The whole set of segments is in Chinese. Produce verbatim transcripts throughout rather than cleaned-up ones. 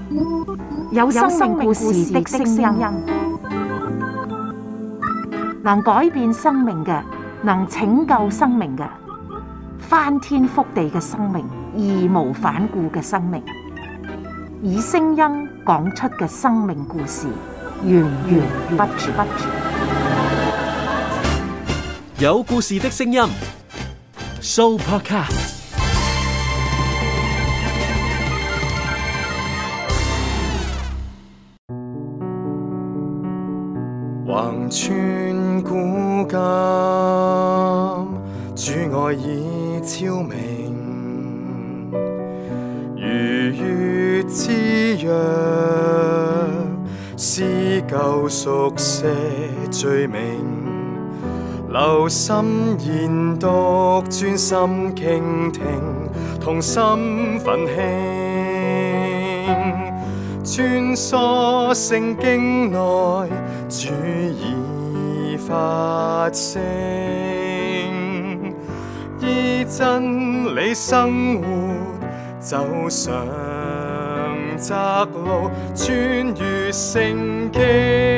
有生命故事的聲音，能改變生命嘅，能拯救生命嘅，翻天覆地嘅生命，義無反顧嘅生命，以聲音講出嘅生命故事，源源不絕。 有故事的聲音 ，Sooopodcast。 橫穿古今，主愛已超明，如月之約，撕舊熟寫罪名，留心研讀，專心傾聽，同心奮興，穿梭聖經內，主已發聲，依真理生活，走上窄路，穿越聖經。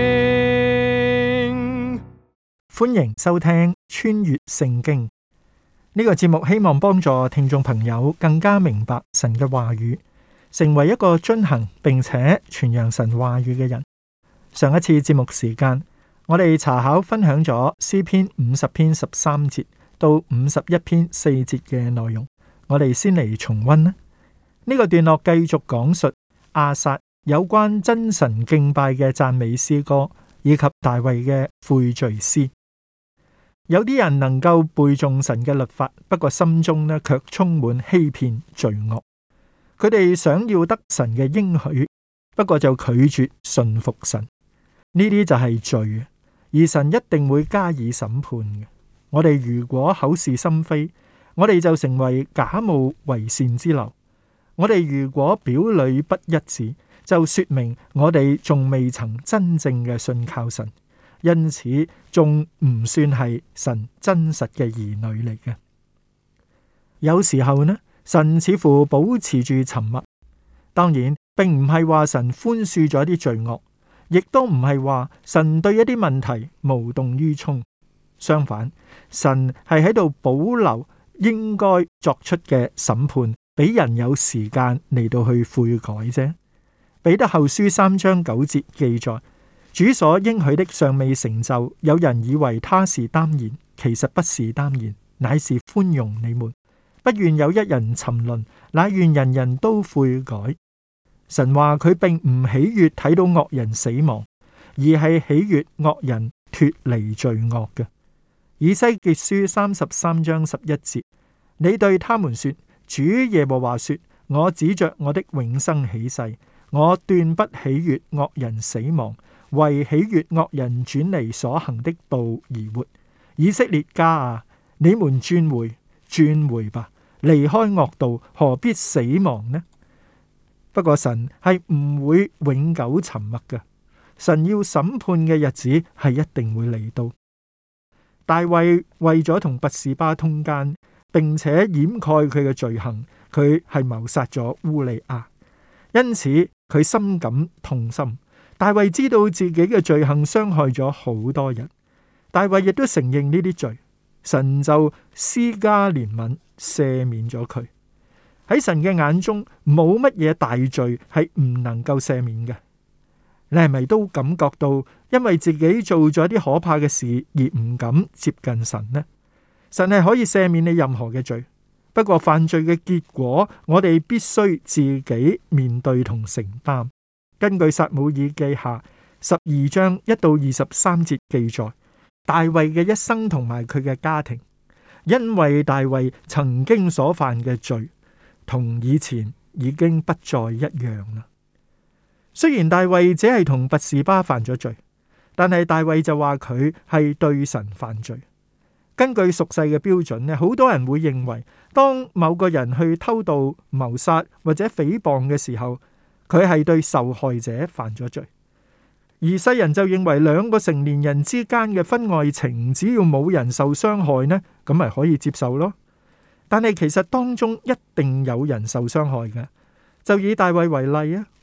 歡迎收聽穿越聖經呢個節目，希望幫助聽眾朋友更加明白神嘅話語，成為一個遵行並且傳揚神話語嘅人。上一次節目時間，我哋查考分享咗詩篇五十篇十三節到五十一篇四節嘅內容，我哋先嚟重溫啦。呢個段落繼續講述亞薩有關真神敬拜嘅讚美詩歌，以及大衛嘅悔罪詩。有啲人能夠背誦神嘅律法，不過心中呢卻充滿欺騙罪惡。佢哋想要得神嘅應許，不過就拒絕順服神。呢啲就係罪，而神一定會加以審判嘅。我哋如果口是心非，我哋就成為假冒為善之流。我哋如果表裏不一致，就說明我哋仲未曾真正嘅信靠神，因此仲唔算係神真實嘅兒女嚟嘅。有時候呢，神似乎保持住沉默，當然並唔係話神寬恕咗啲罪惡，亦都唔係話神對一啲問題無動於衷。相反，神係喺度保留應該作出嘅審判，俾人有時間嚟到去悔改啫。彼得後書三章九節記載，主所應許的尚未成就，有人以為他是耽延，其實不是耽延，乃是寬容你們，不願有一人沉淪，乃願人人都悔改。神話佢並唔喜悅睇到惡人死亡，而係喜悅惡人脫離罪惡嘅。以西結書三十三章十一節，你對他們說，主耶和華說，我指着我的永生起誓，我斷不喜悅惡人死亡，為喜悅惡人轉離所行的道而活。以色列家啊，你們轉回轉回吧，離開惡道，何必死亡呢？不過神係唔會永久沉默嘅，神要審判嘅日子係一定會嚟到。大衛為咗同拔示巴通姦，並且掩蓋佢嘅罪行，佢係謀殺咗烏利亞，因此佢深感痛心。大衛知道自己嘅罪行傷害咗好多人，大衛亦都承認呢啲罪，神就施加憐憫，赦免咗佢。喺神嘅眼中，冇乜嘢大罪係唔能夠赦免嘅。你係咪都感覺到因為自己做咗啲可怕嘅事而唔敢接近神呢？神係可以赦免你任何嘅罪，不過犯罪嘅結果，我哋必須自己面對同承擔。根據撒母耳記下十二章一到二十三節記載，大衛嘅一生同埋佢嘅家庭，因為大衛曾經所犯嘅罪，同以前已經不再一樣啦。雖然大衛只係同拔示巴犯咗罪，但係大衛就話佢係對神犯罪。根據俗世嘅標準咧，好多人會認為，當某個人去偷盜、謀殺或者誹謗嘅時候，佢係對受害者犯咗罪。而世人就認為兩個成年人之間嘅婚外情，只要冇人受傷害呢，咁咪可以接受咯。但係其實當中一定有人受傷害嘅。就以大衛為例啊，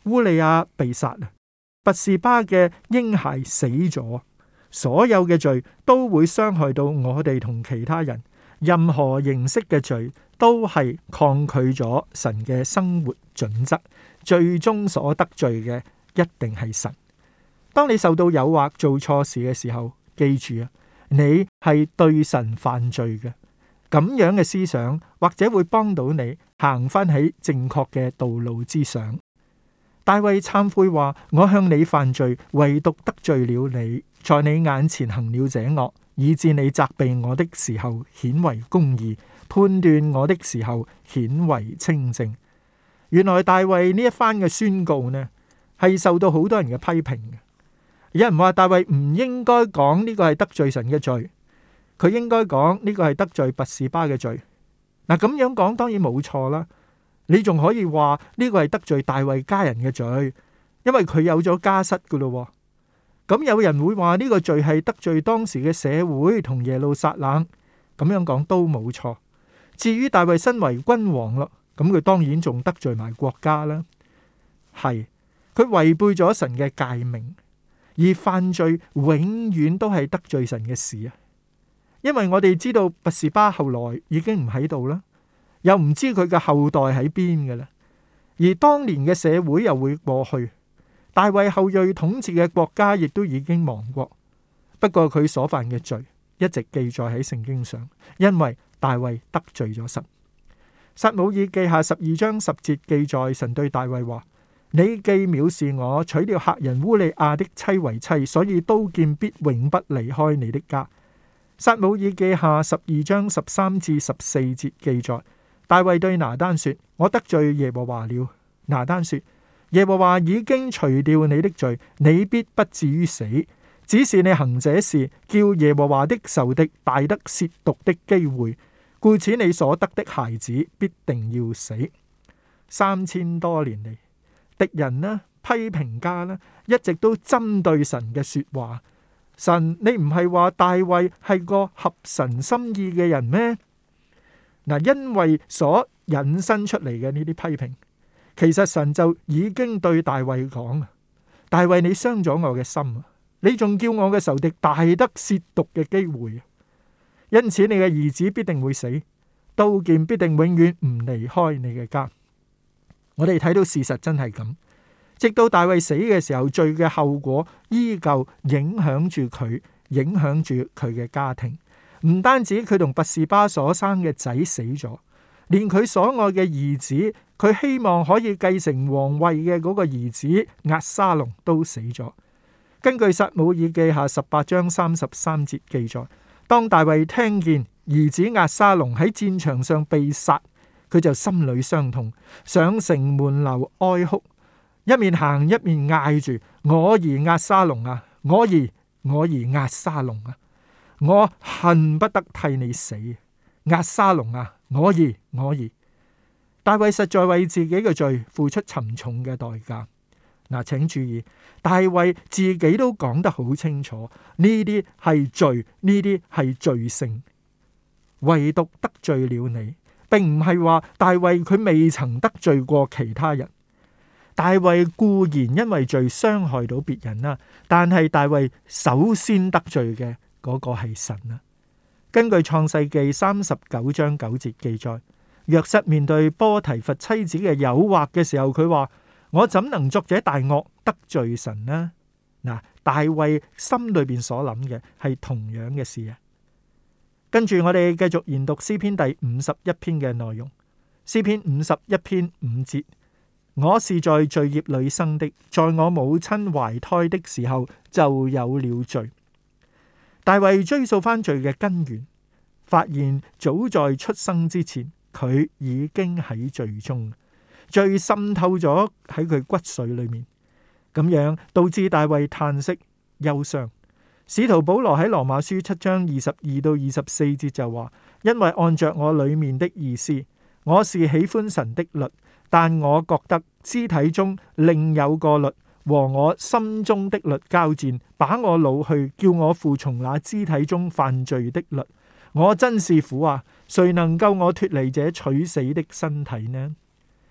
烏利亞被殺啊，拔示巴嘅嬰孩死咗，所有嘅罪都會傷害到我哋同其他人。任何形式嘅罪都係抗拒咗神嘅生活準則，最終所得罪嘅一定係神。當你受到誘惑做錯事嘅時候，記住啊，你係對神犯罪嘅。咁樣嘅思想或者會幫到你行翻喺正確嘅道路之上。大衛懺悔話：我向你犯罪，唯獨得罪了你，在你眼前行了這惡，以致你責備我的時候顯為公義，判斷我的時候顯為清正。原來大衛呢一番嘅宣告呢，係受到好多人嘅批評嘅。有人話大衛唔應該講呢個係得罪神嘅罪，佢應該講呢個係得罪拔示巴嘅罪。嗱，咁樣講當然冇錯啦。你仲可以話呢個係得罪大衛家人嘅罪，因為佢有咗家室噶咯。咁有人會話呢個罪係得罪當時嘅社會同耶路撒冷，咁樣講都冇錯。至於大衛身為君王咯，咁佢當然仲得罪埋國家啦。係，佢違背咗神嘅誡命，而犯罪永遠都係得罪神嘅事啊。因為我哋知道拔示巴後來已經唔喺度啦。又唔知佢嘅後代喺邊嘅啦，而當年嘅社會又會過去，大衛後裔統治嘅國家亦都已經亡國。不過佢所犯嘅罪一直記載喺聖經上，因為大衛得罪咗神。撒母耳記下十二章十節記載，神對大衛話：你既藐視我，娶了赫人烏利亞的妻為妻，所以刀劍必永不離開你的家。撒母耳記下十二章十三至十四節記載，大衛對拿單說：我得罪耶和華了。拿單說：耶和華已經除掉你的罪，你必不至於死。只是你行這事，叫耶和華的仇敵大得褻瀆的機會，故此你所得的孩子必定要死。三千多年嚟，敵人呢、批評家呢，一直都針對神嘅說話。神，你唔係話大衛係個合神心意嘅人咩？嗱，因為所引申出嚟嘅呢啲批評，其實神就已經對大衛講：大衛，你傷咗我嘅心，你仲叫我嘅仇敵大得褻瀆嘅機會，因此你嘅兒子必定會死，刀劍必定永遠唔離開你嘅家。我哋睇到事實真係咁，直到大衛死嘅時候，罪嘅後果依舊影響住佢，影響住佢嘅家庭。唔單止佢同拔示巴所生嘅仔死咗，連佢所愛嘅兒子，佢希望可以繼承皇位嘅嗰個兒子押沙龍都死咗。根據撒母耳記下十八章三十三節記載，當大衛聽見兒子押沙龍喺戰場上被殺，佢就心裏傷痛，上城門樓哀哭，一面行一面嗌住：我兒押沙龍啊，我兒我兒押沙龍啊，我恨不得替你死，押沙龍啊，我兒我兒。大衛實在為自己嘅罪付出沉重嘅代價。嗱，請注意，大衛自己都講得好清楚，呢啲係罪，呢啲係罪性。唯獨得罪了你，並唔係話大衛佢未曾得罪過其他人。大衛固然因為罪傷害到別人啦，但係大衛首先得罪嘅嗰個係神啊。根據創世記三十九章九節記載，約瑟面對波提乏妻子嘅誘惑嘅時候，佢話：我怎能作這大惡得罪神呢？嗱，大衛心裏邊所諗嘅係同樣嘅事啊。跟住我哋繼續研讀詩篇第五十一篇嘅內容。詩篇五十一篇五節：我是在罪孽裏生的，在我母親懷胎的時候就有了罪。大衛追溯翻罪嘅根源，發現早在出生之前，佢已經喺罪中。罪滲透咗喺佢骨髓裏面，咁樣導致大衛嘆息憂傷。使徒保羅喺羅馬書七章二十二到二十四節就話：因為按着我裏面的意思，我是喜歡神的律，但我覺得肢體中另有個律和我心中的律交戰，把我擄去，叫我服從那肢體中犯罪的律。我真是苦啊！誰能夠我脫離這取死的身體呢？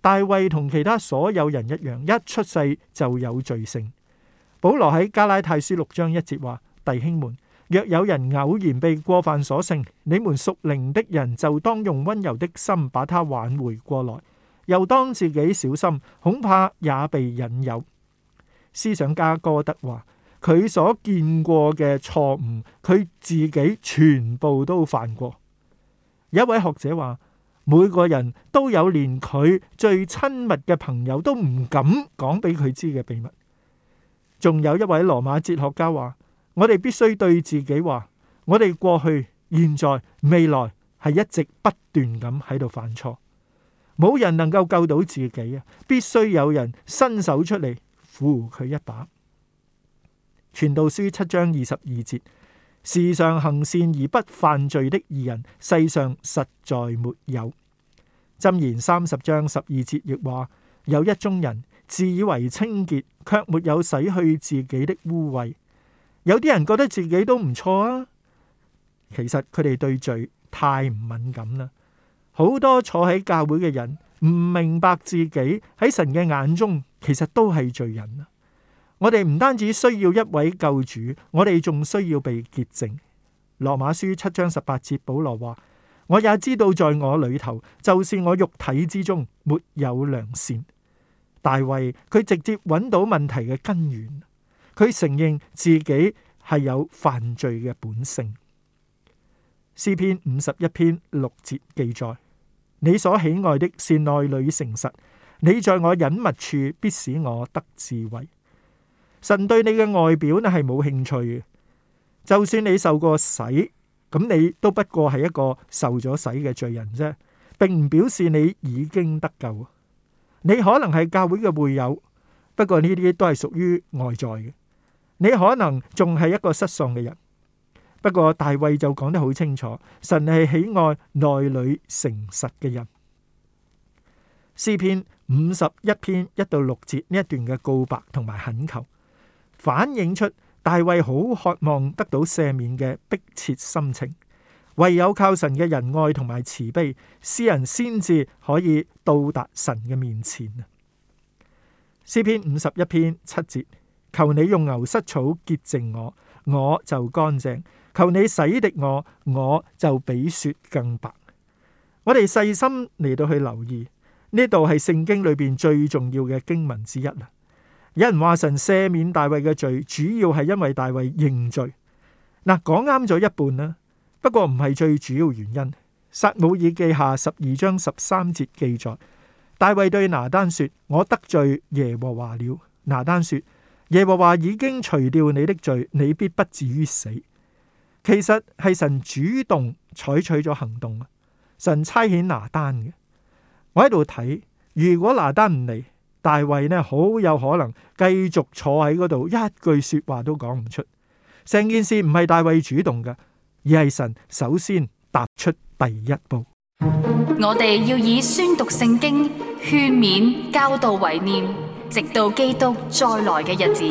大衛同其他所有人一樣，一出世就有罪性。保羅喺加拉太書六章一節話：弟兄們，若有人偶然被過犯所勝，你們屬靈的人就當用溫柔的心把他挽回過來，又當自己小心，恐怕也被引誘。思想家歌德話：佢所見過嘅錯誤，佢自己全部都犯過。有一位學者話：每個人都有連佢最親密嘅朋友都唔敢講俾佢知嘅秘密。仲有一位羅馬哲學家話：我哋必須對自己話，我哋過去、現在、未來係一直不斷咁喺度犯錯，冇人能夠救到自己啊！必須有人伸手出嚟扶佢一把。傳道書七章二十二節：時常行善而不犯罪的義人，世上實在沒有。箴言三十章十二節亦話：有一宗人自以為清潔，卻沒有洗去自己的污穢。有啲人覺得自己都唔錯啊，其實佢哋對罪太唔敏感啦。好多坐喺教會嘅人唔明白自己喺神嘅眼中其實都係罪人啊。我哋唔單止需要一位救主，我哋仲需要被潔淨。羅馬書七章十八節，保羅話：我也知道在我裏頭，就是我肉體之中沒有良善。大衛佢直接揾到問題嘅根源，佢承認自己係有犯罪嘅本性。詩篇五十一篇六節記載：你所喜愛的是內裏誠實，你在我隱密處必使我得智慧。神對你嘅外表呢係冇興趣嘅，就算你受過洗，咁你都不過係一個受咗洗嘅罪人啫，並唔表示你已經得救。你可能係教會嘅會友，不過呢啲都係屬於外在嘅。你可能仲係一個失喪嘅人，不過大衛就講得好清楚，神係喜愛內裏誠實嘅人。詩篇五十一篇一到六節呢一段嘅告白同埋懇求，反映出大衛好渴望得到赦免嘅迫切心情。唯有靠神嘅仁愛同埋慈悲，詩人先至可以到達神嘅面前。詩篇五十一篇七節：求你用牛膝草潔淨我，我就乾淨；求你洗滌我，我就比雪更白。我哋細心嚟到去留意，呢度係聖經裏邊最重要嘅經文之一啦。有人話神赦免大衛嘅罪，主要係因為大衛認罪。嗱，講啱咗一半啦。不過唔係最主要原因。撒母耳記下十二章十三節記載，大衛對拿單說：我得罪耶和華了。拿單說：耶和華已經除掉你的罪，你必不至於死。其實係神主動採取咗行動，神差遣拿單嘅。我喺度睇，如果拿單唔嚟，大衛呢好有可能繼續坐喺嗰度，一句說話都講唔出。成件事唔係大衛主動嘅，而係神首先踏出第一步。 我哋要以宣讀聖經、勸勉、教導為念，直到基督再來嘅日子。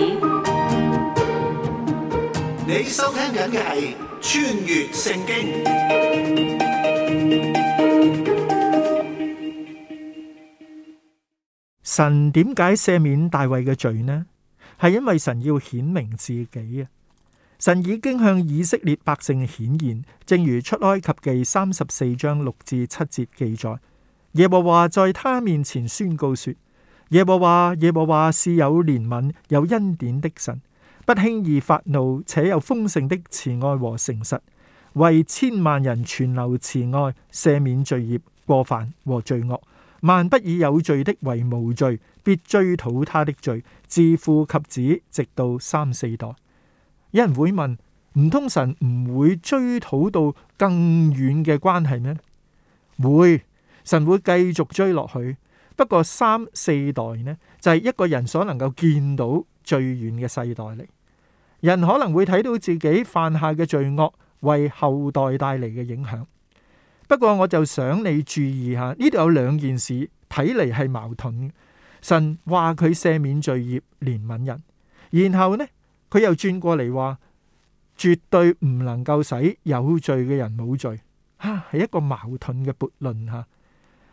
你收聽緊嘅係穿越聖經。 神點解赦免大衛嘅罪呢？係因為神要顯明自己啊！神已經向以色列百姓顯現，正如出埃及記三十四章六至七節記載，耶和華在他面前宣告說：耶和華耶和華是有憐憫、有恩典的神，不輕易發怒，且有豐盛的慈愛和誠實，為千萬人存留慈愛，赦免罪孽、過犯和罪惡。萬不以有罪的為無罪，必追討他的罪，自父及子，直到三四代。有人會問：唔通神唔會追討到更遠嘅關係咩？會，神會繼續追落去。不過三四代呢，就係一個人所能夠見到最遠嘅世代嚟。人可能會睇到自己犯下嘅罪惡為後代帶嚟嘅影響。不過我就想你注意下，呢度有兩件事睇嚟係矛盾。神話佢赦免罪孽、憐憫人，然後呢，佢又轉過嚟話絕對唔能夠使有罪嘅人冇罪，吓、啊、係一個矛盾嘅悖論吓。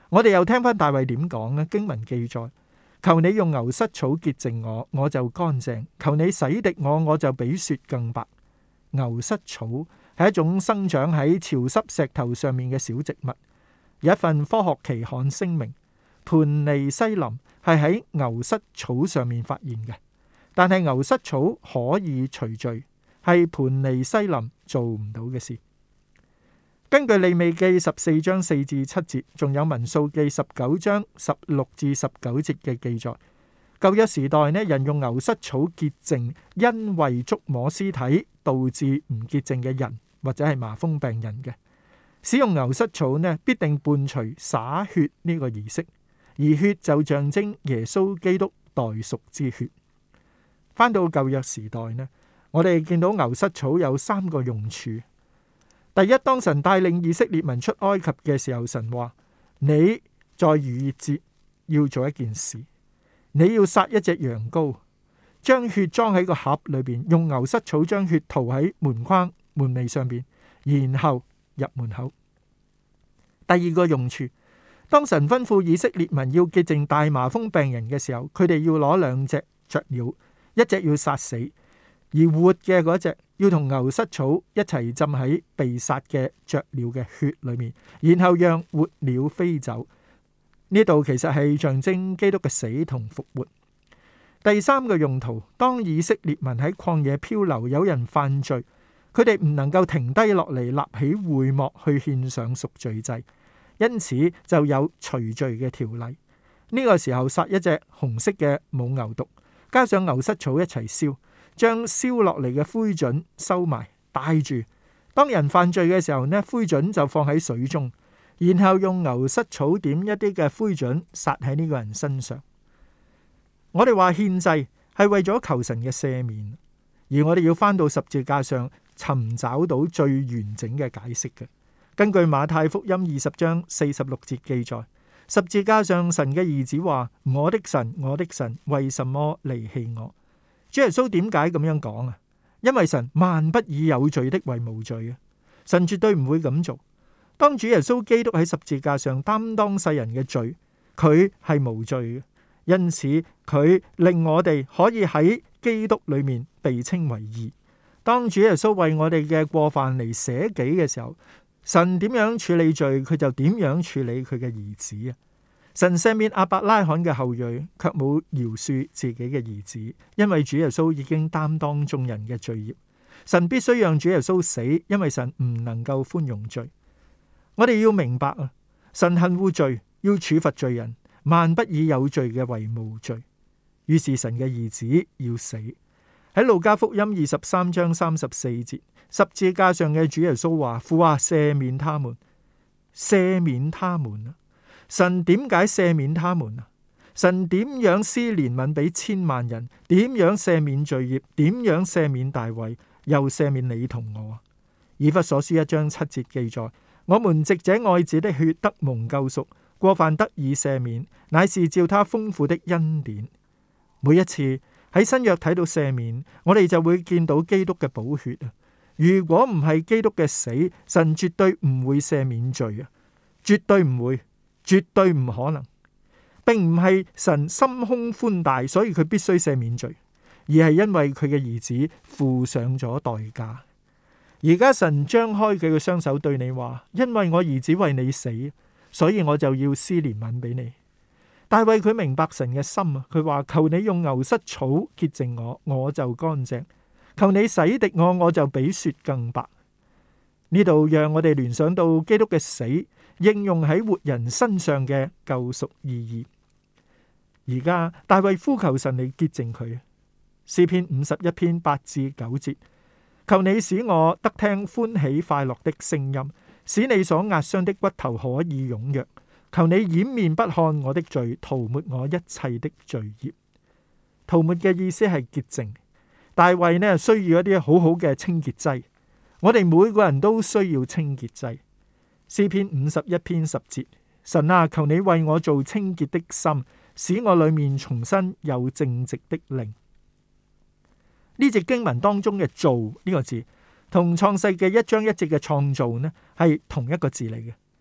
我哋又聽翻大衛點講呢？經文記載，求你用牛膝草潔淨我，我就乾淨；求你洗滌我，我就比雪更白。牛膝草係一種生長喺潮濕石頭上面嘅小植物。有一份科學期刊聲明，盤尼西林係喺牛膝草上面發現嘅，但係牛膝草可以除罪，係盤尼西林做唔到嘅事。根據利未記十四章四至七節，仲有民數記十九章十六至十九節嘅記載，舊約時代呢，人用牛膝草潔淨因為觸摸屍體導致唔潔淨嘅人或者係麻風病人嘅。使用牛膝草呢，必定伴隨灑血呢個儀式，而血就象徵耶穌基督代贖之血。翻到舊約時代呢，我哋見到牛膝草有三個用處。第一，當神帶領以色列民出埃及嘅時候，神話你在逾越節要做一件事，你要殺一隻羊羔，將血裝喺個盒裏邊，用牛膝草將血塗喺門框、門楣上邊，然後入門口。第二個用處，當神吩咐以色列民要潔淨大麻風病人嘅時候，佢哋要攞兩隻雀鳥，一隻要殺死，而活嘅嗰隻要同牛膝草一齊浸喺被殺嘅雀鳥嘅血裏面，然後讓活鳥飛走。呢度其實係象徵基督嘅死同復活。第三個用途，當以色列民喺曠野漂流，有人犯罪，佢哋唔能夠停低落嚟立起會幕去獻上贖罪祭，因此就有除罪嘅條例。呢個時候殺一隻紅色嘅母牛犢，加上牛膝草一齊燒，將燒落嚟嘅灰燼收埋帶住。當人犯罪嘅時候呢，灰燼就放喺水中，然後用牛膝草點一啲嘅灰燼撒喺呢個人身上。我哋話獻祭係為咗求神嘅赦免，而我哋要翻到十字架上尋找到最完整嘅解釋嘅。根據馬太福音二十章四十六節記載，十字架上神嘅兒子話：我的神，我的神，為什麼離棄我？主耶穌點解咁樣講啊？因為神萬不以有罪的為無罪啊！神絕對唔會咁做。當主耶穌基督喺十字架上擔當世人嘅罪，佢係無罪嘅，因此佢令我哋可以喺基督裏面被稱為義。當主耶穌為我哋嘅過犯嚟捨己嘅時候，神點樣處理罪，佢就點樣處理佢嘅兒子啊！神赦免亞伯拉罕嘅後裔，卻冇饒恕自己嘅兒子，因為主耶穌已經擔當眾人嘅罪孽。神必須讓主耶穌死，因為神唔能夠寬容罪。我哋要明白啊，神恨惡罪，要處罰罪人，萬不以有罪嘅為無罪。於是神嘅兒子要死。喺路加福音二十三章三十四節，十字架上嘅主耶穌話：父啊，赦免他們，赦免他們啊！神點解赦免他們啊？神點樣施憐憫俾千萬人？點樣赦免罪孽？點樣赦免大衛？又赦免你同我啊？以弗所書一章七節記載：我們藉這愛子的血得蒙救贖，過犯得以赦免，乃是照他豐富的恩典。每一次喺新約睇到赦免，我哋就會見到基督嘅寶血啊！如果唔係基督嘅死，神絕對唔會赦免罪啊！絕對唔會。絕對唔可能，並唔係神心胸寬大，所以佢必須赦免罪，而係因為佢嘅兒子付上咗代價。而家神張開佢嘅雙手對你話：因為我兒子為你死，所以我就要施憐憫俾你。大衛佢明白神嘅心啊，佢話：求你用牛膝草潔淨我，我就乾淨；求你洗滌我，我就比雪更白。呢度讓我哋聯想到基督嘅死應用喺活人身上嘅救贖意義。而家大衛呼求神嚟潔淨佢。詩篇五十一篇八至九節：求你使我得聽歡喜快樂的聲音，使你所壓傷的骨頭可以踴躍。求你掩面不看我的罪，塗抹我一切的罪孽。塗抹嘅意思係潔淨。大衛呢需要一啲好好嘅清潔劑。我哋每個人都需要清潔劑。詩篇五十一篇十節：神啊，求你為我做清潔的心，使我裏面重新有正直的靈。呢節經文當中嘅造呢個字，同創世記一章一節嘅創造呢係同一個字嚟嘅。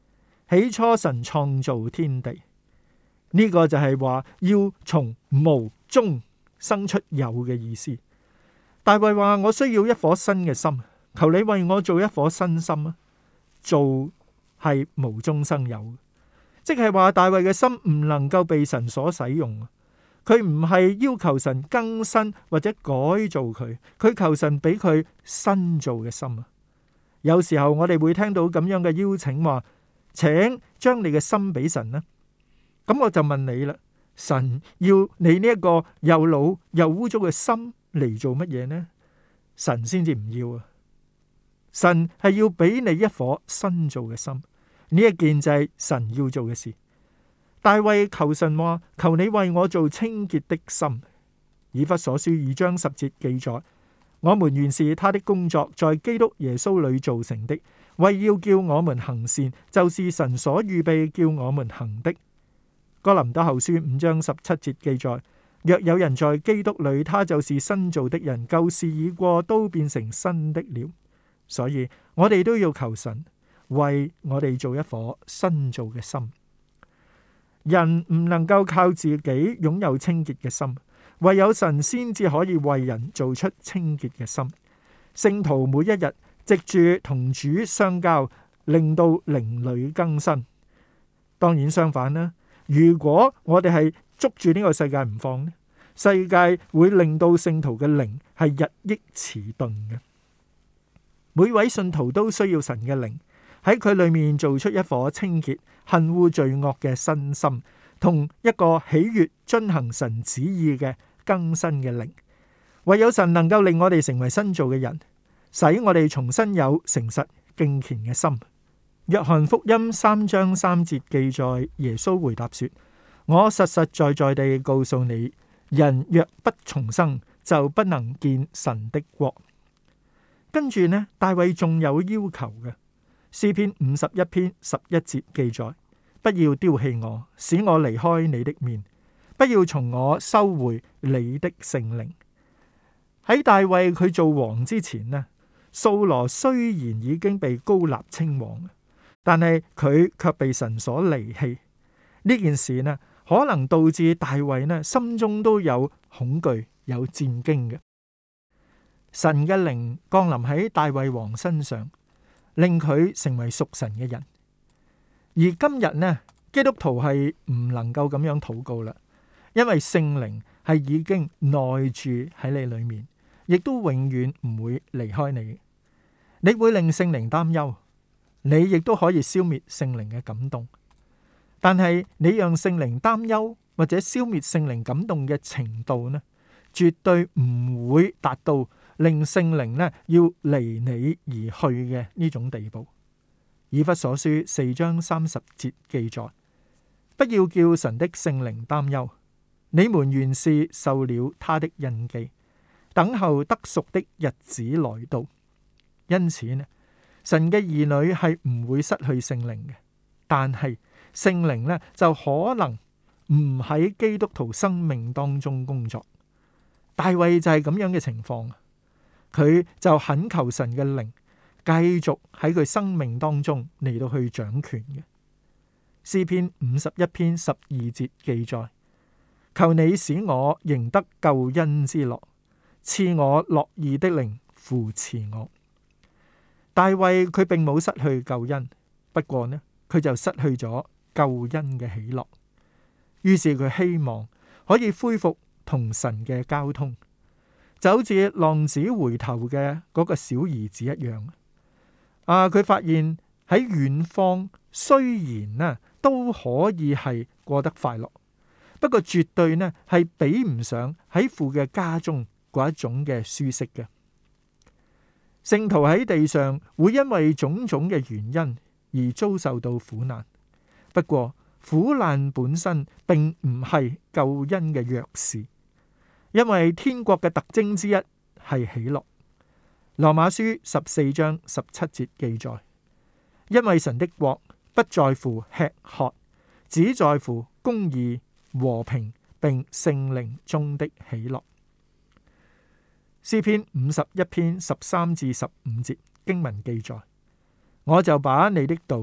起初神創造天地，呢、這個就係話要從無中生出有嘅意思。大衛話：我需要一顆新嘅心，求你為我做一顆新心啊！做係無中生有，即係話大衛嘅心唔能夠被神所使用。佢唔係要求神更新或者改造佢，佢求神俾佢新造嘅心啊！有時候我哋會聽到咁樣嘅邀請話，請將你嘅心俾神啦。咁我就問你啦，神要你呢一個又老又污糟嘅心嚟做乜嘢呢？神先至唔要啊！神係要俾你一顆新造嘅心，呢一件就係神要做嘅事。大衛求神話：求你為我做清潔的心。以弗所書二章十節記載：我們原是他的工作，在基督耶穌裏造成的，為要叫我們行善，就是神所預備叫我們行的。哥林多後書五章十七節記載：若有人在基督裏，他就是新造的人，舊事已過，都變成新的了。所以我哋都要求神為我哋做一顆新造嘅心。人唔能夠靠自己擁有清潔嘅心，唯有神先至可以為人做出清潔嘅心。聖徒每一日藉住同主相交，令到靈裡更新。當然相反啦，如果我哋係捉住呢個世界唔放呢，世界會令到聖徒嘅靈係日益遲鈍嘅。每位信徒都需要神嘅靈喺佢裏面做出一顆清潔、恨惡罪惡嘅新心，同一個喜悅遵行神旨意嘅更新嘅靈。唯有神能夠令我哋成為新造嘅人，使我哋重新有誠實敬虔嘅心。約翰福音三章三節記載，耶穌回答說：我實實在在地告訴你，人若不重生，就不能見神的國。跟住呢，大衛仲有要求嘅。詩篇五十一篇十一節記載：不要丟棄我，使我離開你的面，不要從我收回你的聖靈。喺大衛佢做王之前呢，掃羅雖然已經被膏立稱王，但係佢卻被神所離棄。呢件事呢，可能導致大衛呢心中都有恐懼、有戰驚嘅。神嘅靈降臨喺大衛王身上，令佢成為屬神嘅人。而今日呢，基督徒係唔能夠咁樣禱告啦，因為聖靈係已經內住喺你裏面，亦都永遠唔會離開你。你會令聖靈擔憂，你亦都可以消滅聖靈嘅感動。但係你讓聖靈擔憂或者消滅聖靈感動嘅程度呢，絕對唔會達到令聖靈呢要離你而去嘅呢種地步。以弗所書四章三十節記載：不要叫神的聖靈擔憂，你們原是受了他的印記，等候得贖的日子來到。因此呢，神嘅兒女係唔會失去聖靈嘅，但係聖靈呢就可能唔喺基督徒生命當中工作。大衛就係咁樣嘅情況，佢就懇求神嘅靈繼續喺佢生命當中嚟到去掌權嘅。詩篇五十一篇十二節記載：求你使我仍得救恩之樂，賜我樂意的靈扶持我。大衛佢並冇失去救恩，不過呢，佢就失去咗救恩嘅喜樂。於是佢希望可以恢復同神嘅交通，就好似浪子回頭嘅嗰個小兒子一樣。啊，佢發現喺遠方雖然呢都可以係過得快樂，不過絕對呢係比唔上喺父嘅家中嗰一種嘅舒適嘅。聖徒喺地上會因為種種嘅原因而遭受到苦難，不過苦難本身並唔係救恩嘅鑰匙，因為天國嘅特徵之一係喜樂。羅馬書十四章十七節記載：因為神的國不在乎吃喝，只在乎公義、和平並聖靈中的喜樂。詩篇五十一篇十三至十五節經文記載：我就把你的道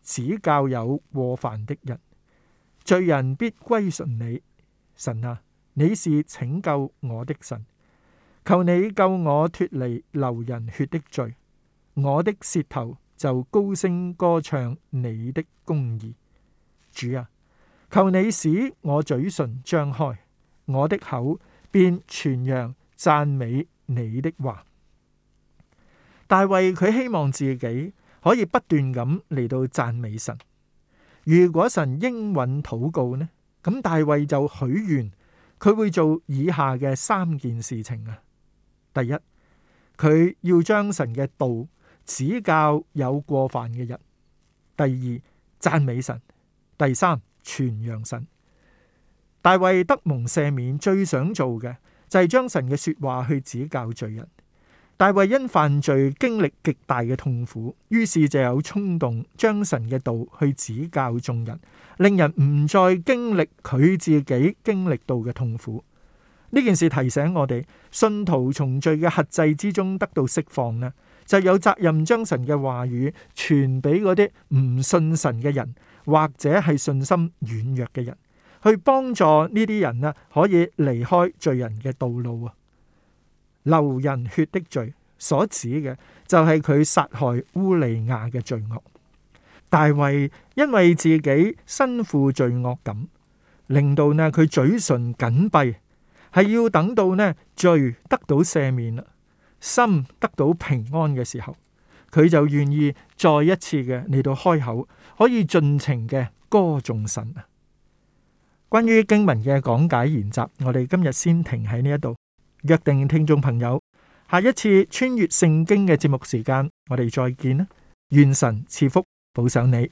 指教有過犯的人。罪人必歸順你。神啊，你是拯救我的神，求你救我脫離流人血的罪。我的舌頭就高聲歌唱你的公義。主啊，求你使我嘴唇張開，我的口便傳揚讚美你的話。大衛佢希望自己可以不斷咁嚟到讚美神。如果神應允禱告呢，咁大衛就許願佢會做以下嘅三件事情啊。第一，佢要將神嘅道指教有過犯嘅人。第二，讚美神。第三，傳揚神。大衛得蒙赦免，最想做嘅就係將神嘅說話去指教罪人。大衛因犯罪經歷極大嘅痛苦，於是就有衝動將神嘅道去指教眾人，令人唔再經歷佢自己經歷到嘅痛苦。呢件事提醒我哋，信徒從罪嘅轄制之中得到釋放呢，就有責任將神嘅話語傳俾嗰啲唔信神嘅人，或者係信心軟弱嘅人，去幫助呢啲人啊，可以離開罪人嘅道路啊。流人血的罪所指嘅就係佢殺害烏利亞嘅罪惡。大衛因為自己身負罪惡感，令到呢佢嘴唇緊閉，係要等到呢罪得到赦免啦，心得到平安嘅時候，佢就願意再一次嘅嚟到開口，可以盡情嘅歌頌神啊。關於經文嘅講解研習，我哋今日先停喺呢一度。約定聽眾朋友，下一次穿越聖經嘅節目時間，我哋再見啦！願神賜福保守你。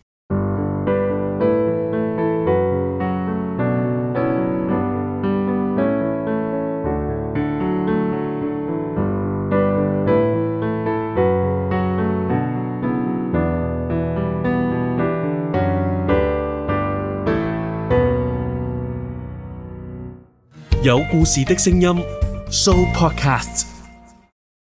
有故事的聲音，Show Podcast。